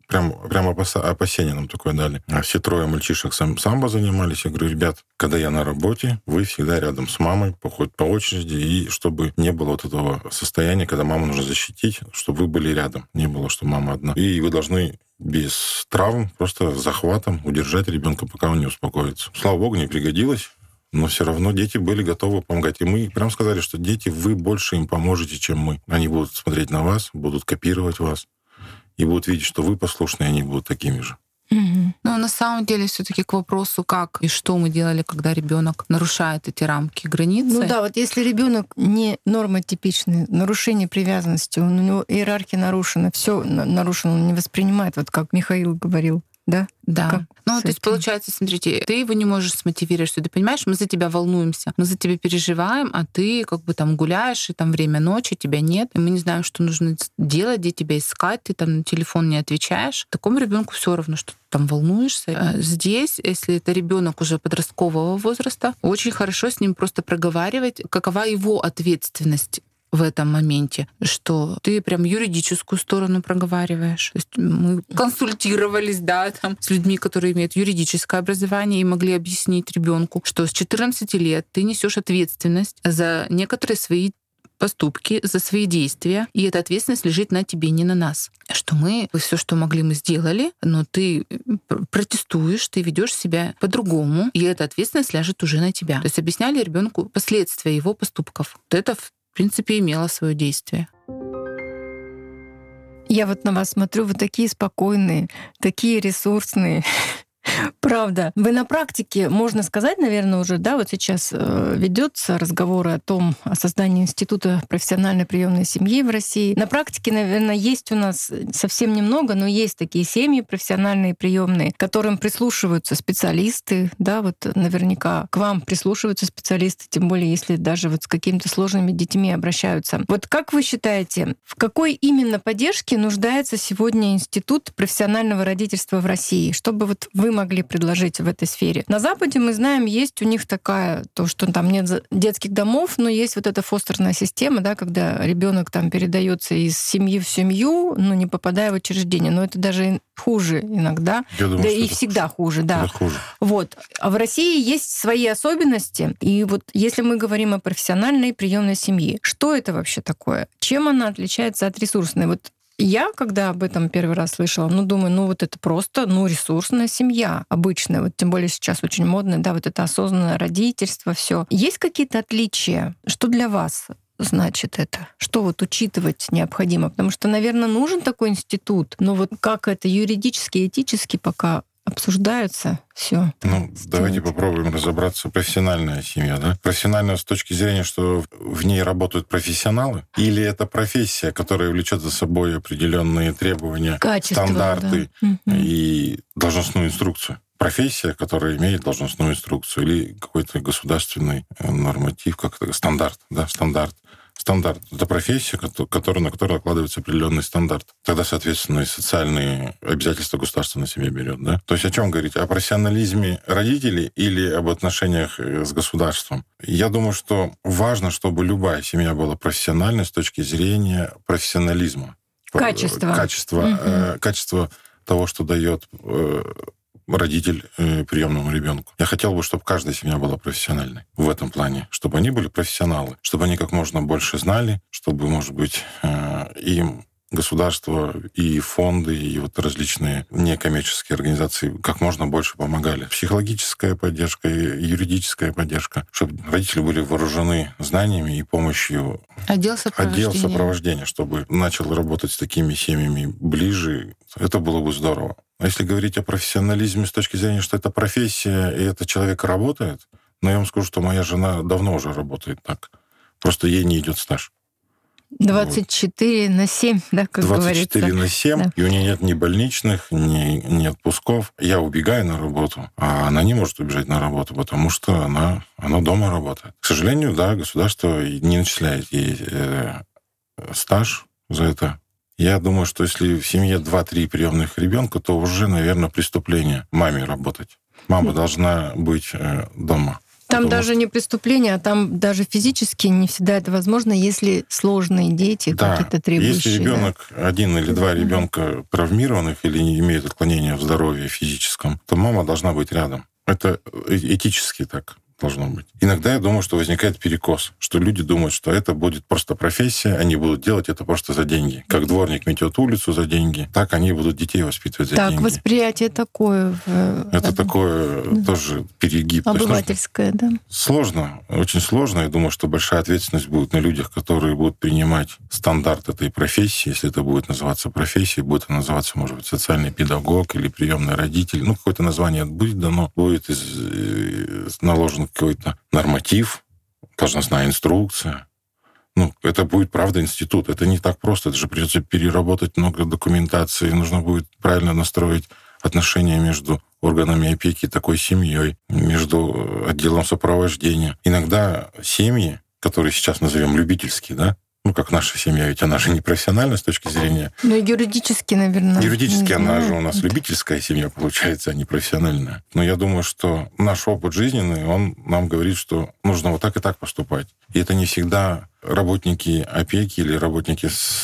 прям, прям опасение нам такое дали. А все трое мальчишек сам, самбо занимались. Я говорю, ребят, когда я на работе, вы всегда рядом с мамой, хоть по очереди, и чтобы не было вот этого состояния, когда маму нужно защитить, чтобы вы были рядом. Не было, что мама одна. И вы должны без травм, просто захватом удержать ребенка, пока он не успокоится. Слава богу, не пригодилось. Но все равно дети были готовы помогать. И мы прям сказали, что дети, вы больше им поможете, чем мы. Они будут смотреть на вас, будут копировать вас, и будут видеть, что вы послушны, и они будут такими же. Угу. Но на самом деле все-таки к вопросу, как и что мы делали, когда ребенок нарушает эти рамки, границы. Ну да, вот если ребенок не нормотипичный, нарушение привязанности, у него иерархия нарушена, все нарушено, он не воспринимает, вот как Михаил говорил. Да? Да. Как ну, то есть, получается, смотрите, ты его не можешь смотивировать, что ты понимаешь, мы за тебя волнуемся, мы за тебя переживаем, а ты как бы там гуляешь, и там время ночи, тебя нет, и мы не знаем, что нужно делать, где тебя искать, ты там на телефон не отвечаешь. Такому ребенку все равно, что ты там волнуешься. Здесь, если это ребенок уже подросткового возраста, очень хорошо с ним просто проговаривать, какова его ответственность в этом моменте, что ты прям юридическую сторону проговариваешь. То есть мы консультировались, да, там, с людьми, которые имеют юридическое образование, и могли объяснить ребенку, что с четырнадцати лет ты несешь ответственность за некоторые свои поступки, за свои действия, и эта ответственность лежит на тебе, не на нас. Что мы все, что могли, мы сделали, но ты протестуешь, ты ведешь себя по-другому, и эта ответственность ляжет уже на тебя. То есть объясняли ребенку последствия его поступков. Вот это в принципе, имела свое действие. Я вот на вас смотрю, вы такие спокойные, такие ресурсные. Правда. Вы на практике, можно сказать, наверное, уже, да, вот сейчас ведется разговор о том, о создании института профессиональной приемной семьи в России. На практике, наверное, есть у нас совсем немного, но есть такие семьи профессиональные приемные, к которым прислушиваются специалисты, да, вот наверняка к вам прислушиваются специалисты, тем более если даже вот с какими-то сложными детьми обращаются. Вот как вы считаете, в какой именно поддержке нуждается сегодня институт профессионального родительства в России, чтобы вот вы могли предложить в этой сфере? На Западе, мы знаем, есть у них такая, то, что там нет детских домов, но есть вот эта фостерная система, да, когда ребенок там передается из семьи в семью, но не попадая в учреждение. Но это даже хуже иногда. Я думаю, да и всегда хуже, да. хуже. Вот. А в России есть свои особенности. И вот если мы говорим о профессиональной приемной семье, что это вообще такое? Чем она отличается от ресурсной? Вот я, когда об этом первый раз слышала, ну, думаю, ну, вот это просто, ну, ресурсная семья обычная, вот тем более сейчас очень модно, да, вот это осознанное родительство, все. Есть какие-то отличия? Что для вас значит это? Что вот учитывать необходимо? Потому что, наверное, нужен такой институт, но вот как это юридически, этически пока обсуждаются, все. Ну, давайте попробуем разобраться. Профессиональная семья, да? Профессиональная с точки зрения, что в ней работают профессионалы, или это профессия, которая влечет за собой определенные требования, качество, стандарты да. и должностную инструкцию? Профессия, которая имеет должностную инструкцию, или какой-то государственный норматив, как это, стандарт, да, стандарт. Стандарт — это профессия, которая, на которую накладывается определенный стандарт. Тогда, соответственно, и социальные обязательства государства на себя берет. Да? То есть о чем говорить? О профессионализме родителей или об отношениях с государством? Я думаю, что важно, чтобы любая семья была профессиональной с точки зрения профессионализма. Качество. Качество, угу. э, качество того, что дает э, родитель э, приемному ребенку. Я хотел бы, чтобы каждая семья была профессиональной в этом плане, чтобы они были профессионалы, чтобы они как можно больше знали, чтобы, может быть, э, им государство и фонды, и вот различные некоммерческие организации как можно больше помогали. Психологическая поддержка, юридическая поддержка, чтобы родители были вооружены знаниями и помощью отдел сопровождения, отдел сопровождения, чтобы начал работать с такими семьями ближе. Это было бы здорово. А если говорить о профессионализме с точки зрения, что это профессия, и этот человек работает, но я вам скажу, что моя жена давно уже работает так. Просто ей не идет стаж. двадцать четыре на семь, да, как говорится. двадцать четыре на семь, да. И у нее нет ни больничных, ни, ни отпусков. Я убегаю на работу, а она не может убежать на работу, потому что она, она дома работает. К сожалению, да, государство не начисляет ей э, стаж за это. Я думаю, что если в семье два-три приемных ребенка, то уже, наверное, преступление маме работать. Мама должна быть э, дома. Там даже что... не преступление, а там даже физически не всегда это возможно, если сложные дети, да. какие-то требующие. Если ребенок, да. один или два ребенка травмированных или не имеют отклонения в здоровье физическом, то мама должна быть рядом. Это этически так должно быть. Иногда я думаю, что возникает перекос, что люди думают, что это будет просто профессия, они будут делать это просто за деньги. Как дворник метет улицу за деньги, так они будут детей воспитывать за так, деньги. Так, восприятие такое. Это такое да. тоже перегиб. Обывательское, да. Сложно, очень сложно. Я думаю, что большая ответственность будет на людях, которые будут принимать стандарт этой профессии. Если это будет называться профессией, будет это называться, может быть, социальный педагог или приемный родитель. Ну, какое-то название будет дано, будет из, наложен какой-то норматив, должностная инструкция. Ну, это будет, правда, институт. Это не так просто. Это же придется переработать много документации. Нужно будет правильно настроить отношения между органами опеки и такой семьей, между отделом сопровождения. Иногда семьи, которые сейчас назовем любительские, да, ну, как наша семья, ведь она же не профессиональная с точки зрения... Ну, юридически, наверное. Юридически она же у нас любительская семья, получается, а не профессиональная. Но я думаю, что наш опыт жизненный, он нам говорит, что нужно вот так и так поступать. И это не всегда работники опеки или работники с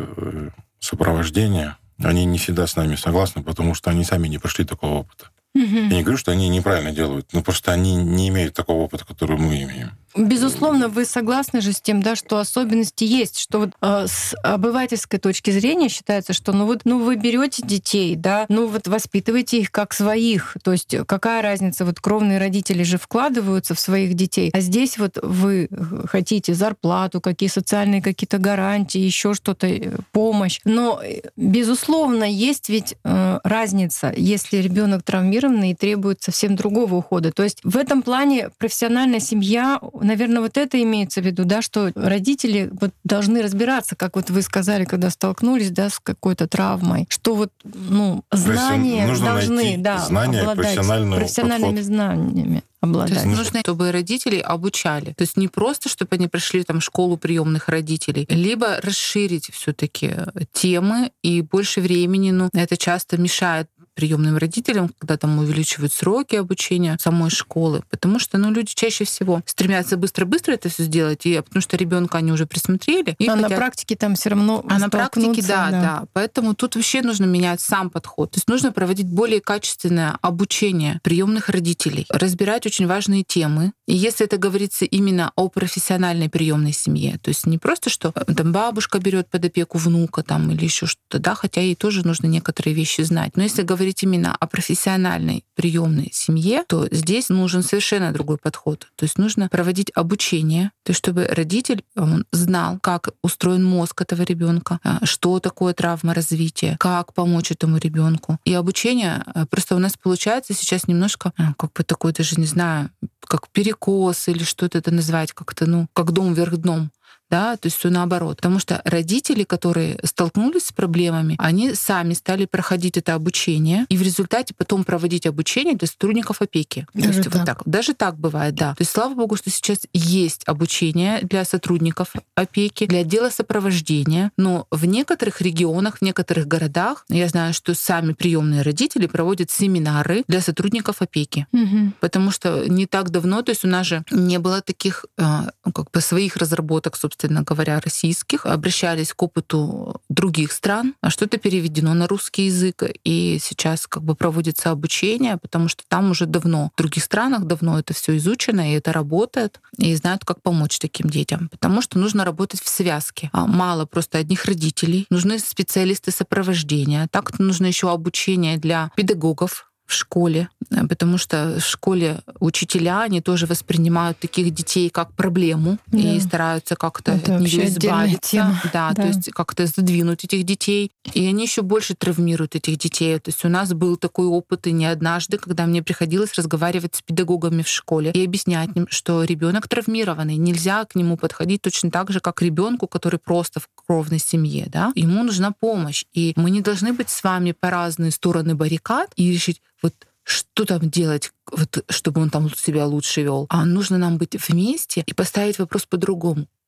сопровождения, они не всегда с нами согласны, потому что они сами не прошли такого опыта. Угу. Я не говорю, что они неправильно делают, но просто они не имеют такого опыта, который мы имеем. Безусловно, вы согласны же с тем, да, что особенности есть, что вот э, с обывательской точки зрения считается, что ну вот, ну вы берете детей, да, ну вот воспитываете их как своих, то есть какая разница, вот кровные родители же вкладываются в своих детей, а здесь вот вы хотите зарплату, какие социальные какие-то гарантии, еще что-то, помощь, но безусловно есть ведь э, разница, если ребенок травмированный и требует совсем другого ухода, то есть в этом плане профессиональная семья, наверное, вот это имеется в виду, да, что родители вот должны разбираться, как вот вы сказали, когда столкнулись, да, с какой-то травмой, что вот, ну, знания должны, да, знания, обладать профессиональными подход. знаниями. Обладать. То есть нужно, чтобы родителей обучали. То есть не просто, чтобы они прошли там школу приемных родителей, либо расширить все-таки темы и больше времени. Ну, это часто мешает приемным родителям, когда там увеличивают сроки обучения самой школы, потому что, ну, люди чаще всего стремятся быстро-быстро это все сделать, и потому что ребенка они уже присмотрели. И а хотят... на практике там все равно А на практике, да, да, да. Поэтому тут вообще нужно менять сам подход. То есть нужно проводить более качественное обучение приемных родителей, разбирать очень важные темы. И если это говорится именно о профессиональной приемной семье, то есть не просто, что там бабушка берет под опеку внука там, или еще что-то, да, хотя ей тоже нужно некоторые вещи знать. Но если говорить именно о профессиональной приемной семье, то здесь нужен совершенно другой подход. То есть нужно проводить обучение, то есть чтобы родитель он знал, как устроен мозг этого ребенка, что такое травма развития, как помочь этому ребенку. И обучение просто у нас получается сейчас немножко как бы такой, даже не знаю, как перекос или что-то это назвать как-то, ну, как дом вверх дном. Да, то есть все наоборот. Потому что родители, которые столкнулись с проблемами, они сами стали проходить это обучение и в результате потом проводить обучение для сотрудников опеки. Даже то есть так. вот так. Даже так бывает, да. То есть слава богу, что сейчас есть обучение для сотрудников опеки, для отдела сопровождения, но в некоторых регионах, в некоторых городах, я знаю, что сами приемные родители проводят семинары для сотрудников опеки. Угу. Потому что не так давно, то есть у нас же не было таких как бы своих разработок, собственно, собственно говоря, российских, обращались к опыту других стран, а что-то переведено на русский язык, и сейчас как бы проводится обучение, потому что там уже давно, в других странах давно это все изучено, и это работает, и знают, как помочь таким детям. Потому что нужно работать в связке. Мало просто одних родителей, нужны специалисты сопровождения, так нужно еще обучение для педагогов в школе, потому что в школе учителя, они тоже воспринимают таких детей как проблему, да, и стараются как-то это от нее избавиться. Да, да, то есть как-то задвинуть этих детей. И они еще больше травмируют этих детей. То есть у нас был такой опыт и не однажды, когда мне приходилось разговаривать с педагогами в школе и объяснять им, что ребенок травмированный, нельзя к нему подходить точно так же, как к ребенку, который просто в кровной семье. Да? Ему нужна помощь. И мы не должны быть с вами по разные стороны баррикад и решить, вот что там делать, вот, чтобы он там себя лучше вел. А нужно нам быть вместе и поставить вопрос по-другому.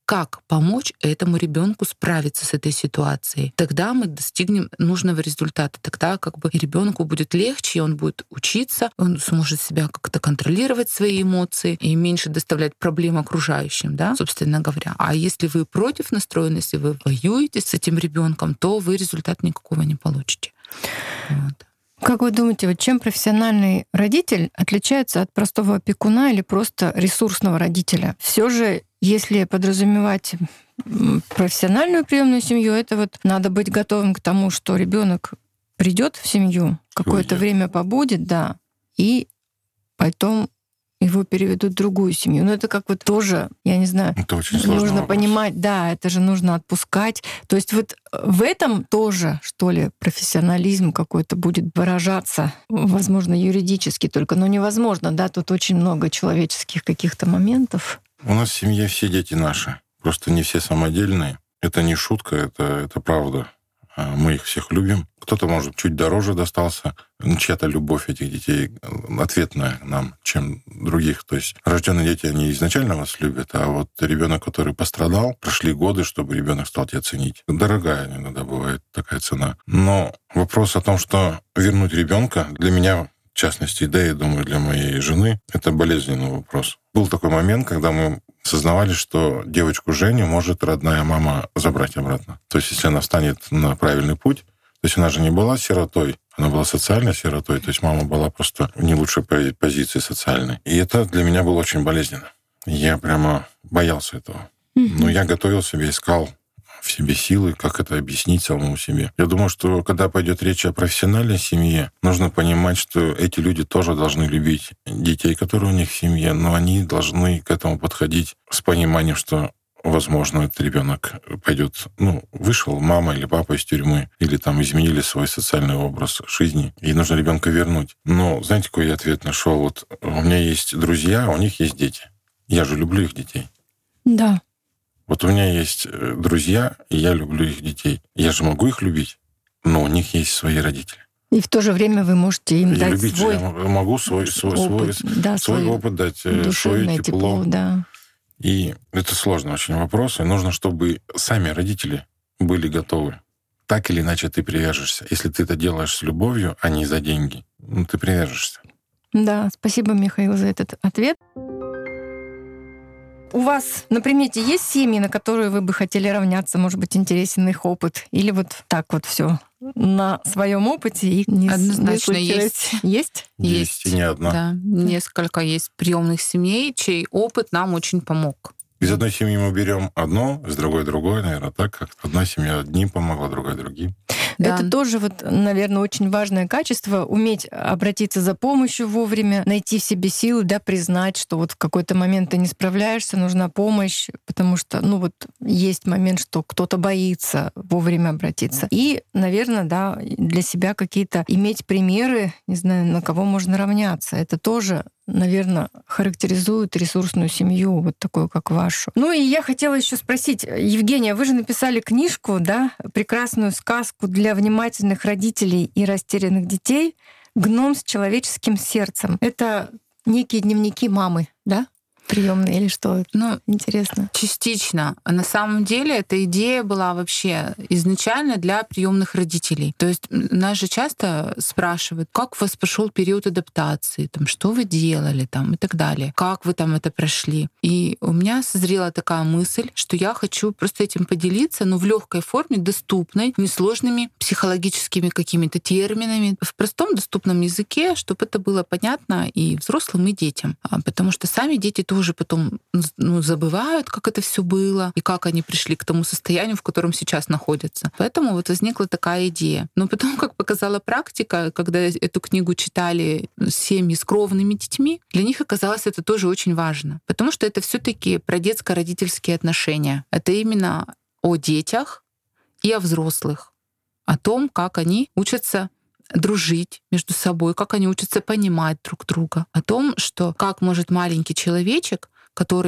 как помочь этому ребенку справиться с этой ситуацией. Тогда мы достигнем нужного результата. Тогда как бы ребенку будет легче, он будет учиться, он сможет себя как-то контролировать свои эмоции и меньше доставлять проблем окружающим, да, собственно говоря. А если вы против настроены, если вы воюете с этим ребенком, то вы результат никакого не получите. Вот. Как вы думаете, вот чем профессиональный родитель отличается от простого опекуна или просто ресурсного родителя? Все же, если подразумевать профессиональную приемную семью, это вот надо быть готовым к тому, что ребенок придет в семью, какое-то Ой, время побудет, да, и потом его переведут в другую семью. Но это как вот тоже, я не знаю, Это очень сложный нужно вопрос. понимать, да, это же нужно отпускать. То есть вот в этом тоже, что ли, профессионализм какой-то будет выражаться, возможно, юридически только, но невозможно, да, тут очень много человеческих каких-то моментов. У нас в семье все дети наши. Просто не все самодельные. Это не шутка, это, это правда. Мы их всех любим. Кто-то, может, чуть дороже достался. Чья-то любовь этих детей ответная нам, чем других. То есть рожденные дети, они изначально вас любят, а вот ребенок, который пострадал, прошли годы, чтобы ребенок стал тебя ценить. Дорогая иногда бывает такая цена. Но вопрос о том, что вернуть ребенка для меня, в частности, да, я думаю, для моей жены, это болезненный вопрос. Был такой момент, когда мы сознавали, что девочку Женю может родная мама забрать обратно. То есть если она встанет на правильный путь, то есть она же не была сиротой, она была социальной сиротой, то есть мама была просто в не лучшей позиции социальной. И это для меня было очень болезненно. Я прямо боялся этого. Но я готовил себя, искал в себе силы, как это объяснить самому себе. Я думаю, что когда пойдет речь о профессиональной семье, нужно понимать, что эти люди тоже должны любить детей, которые у них в семье, но они должны к этому подходить с пониманием, что, возможно, этот ребенок пойдет, ну, вышел мама или папа из тюрьмы, или там изменили свой социальный образ жизни, и нужно ребенка вернуть. Но знаете, какой я ответ нашел? Вот у меня есть друзья, у них есть дети. Я же люблю их детей. Да. Вот у меня есть друзья, и я люблю их детей. Я же могу их любить, но у них есть свои родители. И в то же время вы можете им И дать любить свой я могу свой, свой, опыт, свой, да, свой свое опыт дать, свое душевное тепло. тепло, да. И это сложный очень вопрос, и нужно, чтобы сами родители были готовы. Так или иначе ты привяжешься. Если ты это делаешь с любовью, а не за деньги, ну, ты привяжешься. Да, спасибо, Михаил, за этот ответ. У вас на примете есть семьи, на которые вы бы хотели равняться? Может быть, интересен их опыт? Или вот так вот все на своем опыте и не Однозначно не есть. Есть? Есть, и не одна. Да, несколько есть приемных семей, чей опыт нам очень помог. Из одной семьи мы берем одно, из другой другое, наверное, так как одна семья одним помогла, другая другим. Да. Это тоже, вот, наверное, очень важное качество — уметь обратиться за помощью вовремя, найти в себе силы, да, признать, что вот в какой-то момент ты не справляешься, нужна помощь, потому что, ну вот, есть момент, что кто-то боится вовремя обратиться. И, наверное, да, для себя какие-то иметь примеры, не знаю, на кого можно равняться. Это тоже, наверное, характеризует ресурсную семью, вот такую, как вашу. Ну и я хотела еще спросить, Евгения, вы же написали книжку, да, прекрасную сказку для внимательных родителей и растерянных детей «Гном с человеческим сердцем». Это некие дневники мамы, да? Приемные или что? Ну, интересно. Частично. А на самом деле эта идея была вообще изначально для приемных родителей. То есть нас же часто спрашивают, как у вас прошел период адаптации, там, что вы делали там, и так далее, как вы там это прошли. И у меня созрела такая мысль, что я хочу просто этим поделиться, но в легкой форме, доступной, несложными психологическими какими-то терминами, в простом доступном языке, чтобы это было понятно и взрослым, и детям. Потому что сами дети тоже уже потом ну, забывают, как это все было, и как они пришли к тому состоянию, в котором сейчас находятся. Поэтому вот возникла такая идея. Но потом, как показала практика, когда эту книгу читали семьи с кровными детьми, для них оказалось это тоже очень важно. Потому что это все таки про детско-родительские отношения. Это именно о детях и о взрослых. О том, как они учатся дружить между собой, как они учатся понимать друг друга, о том, что как может маленький человечек, который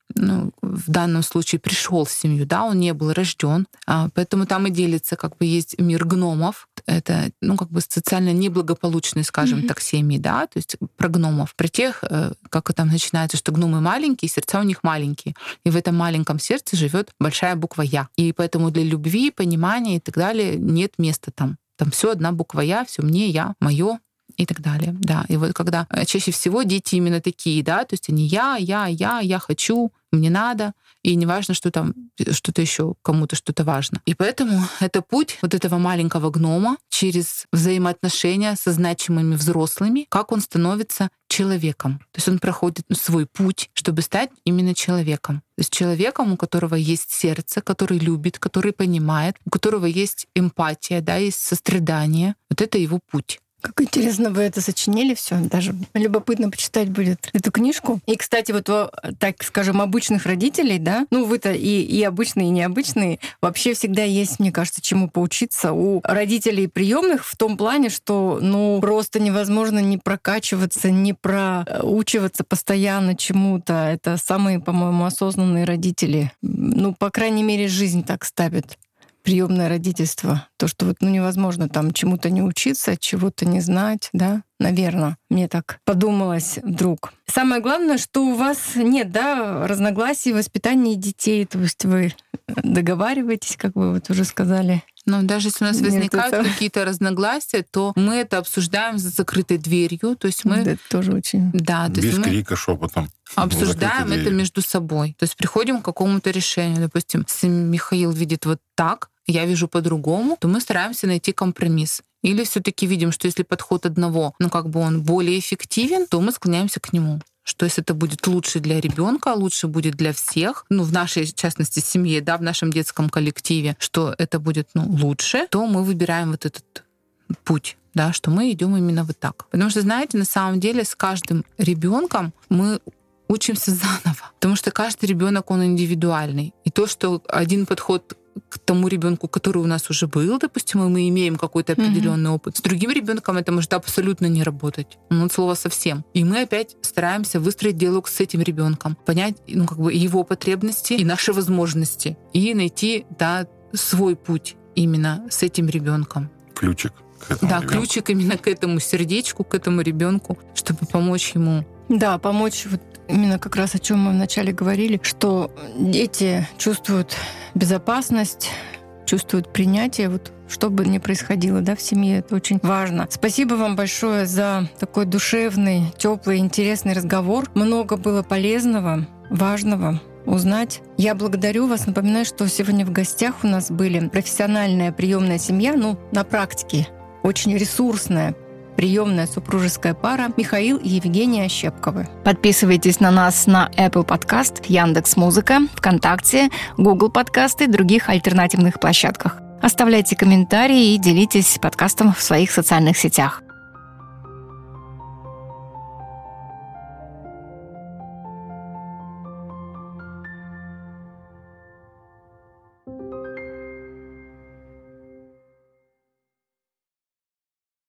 ну, в данном случае пришел в семью, да, он не был рожден, а, поэтому там и делится, как бы есть мир гномов, это, ну, как бы социально неблагополучные, скажем mm-hmm. так, семьи, да, то есть про гномов, про тех, как там начинается, что гномы маленькие, сердца у них маленькие, и в этом маленьком сердце живет большая буква «Я», и поэтому для любви, понимания и так далее нет места там. Там все одна буква «Я», все мне, я, мое и так далее. Да. И вот когда чаще всего дети именно такие, да, то есть они я, я, я, я хочу, мне надо, и не важно, что там что-то еще, кому-то что-то важно. И поэтому это путь вот этого маленького гнома через взаимоотношения со значимыми взрослыми, как он становится человеком. То есть он проходит свой путь, чтобы стать именно человеком. То есть человеком, у которого есть сердце, который любит, который понимает, у которого есть эмпатия, да, есть сострадание. Вот это его путь. Как интересно вы это сочинили все. Даже любопытно почитать будет эту книжку. И, кстати, вот, так скажем, обычных родителей, да, ну вы-то и, и обычные, и необычные, вообще всегда есть, мне кажется, чему поучиться у родителей приемных в том плане, что, ну, просто невозможно не прокачиваться, не проучиваться постоянно чему-то. Это самые, по-моему, осознанные родители. Ну, по крайней мере, жизнь так ставит. Приемное родительство. То, что вот ну, невозможно там чему-то не учиться, чего-то не знать, да, наверное. Мне так подумалось вдруг. Самое главное, что у вас нет, да, разногласий в воспитании детей, то есть вы договариваетесь, как вы вот уже сказали. Но даже если у нас возникают это... какие-то разногласия, то мы это обсуждаем за закрытой дверью. То есть мы... Да, это тоже очень... Да, то без есть крика, шепотом. Обсуждаем это между собой. То есть приходим к какому-то решению. Допустим, если Михаил видит вот так, я вижу по-другому, то мы стараемся найти компромисс. Или все-таки видим, что если подход одного, ну как бы он более эффективен, то мы склоняемся к нему. Что если это будет лучше для ребенка, лучше будет для всех, ну, в нашей, в частности, семье, да, в нашем детском коллективе, что это будет, ну, лучше, то мы выбираем вот этот путь, да, что мы идем именно вот так. Потому что, знаете, на самом деле с каждым ребенком мы учимся заново, потому что каждый ребенок он индивидуальный. И то, что один подход к тому ребенку, который у нас уже был, допустим, и мы имеем какой-то определенный mm-hmm. опыт. С другим ребенком это может абсолютно не работать. Ну, от слова совсем. И мы опять стараемся выстроить диалог с этим ребенком, понять, ну, как бы его потребности и наши возможности, и найти, да, свой путь именно с этим ребенком. Ключик к этому. Да, ребенку. Ключик именно к этому сердечку, к этому ребенку, чтобы помочь ему. Да, помочь вот именно как раз о чем мы вначале говорили, что дети чувствуют безопасность, чувствуют принятие, вот что бы ни происходило, да, в семье, это очень важно. Спасибо вам большое за такой душевный, теплый, интересный разговор. Много было полезного, важного узнать. Я благодарю вас. Напоминаю, что сегодня в гостях у нас были профессиональная приемная семья, ну, на практике, очень ресурсная приемная супружеская пара Михаил и Евгения Ощепковы. Подписывайтесь на нас на Apple Podcast, Яндекс.Музыка, ВКонтакте, Google Подкасты и других альтернативных площадках. Оставляйте комментарии и делитесь подкастом в своих социальных сетях.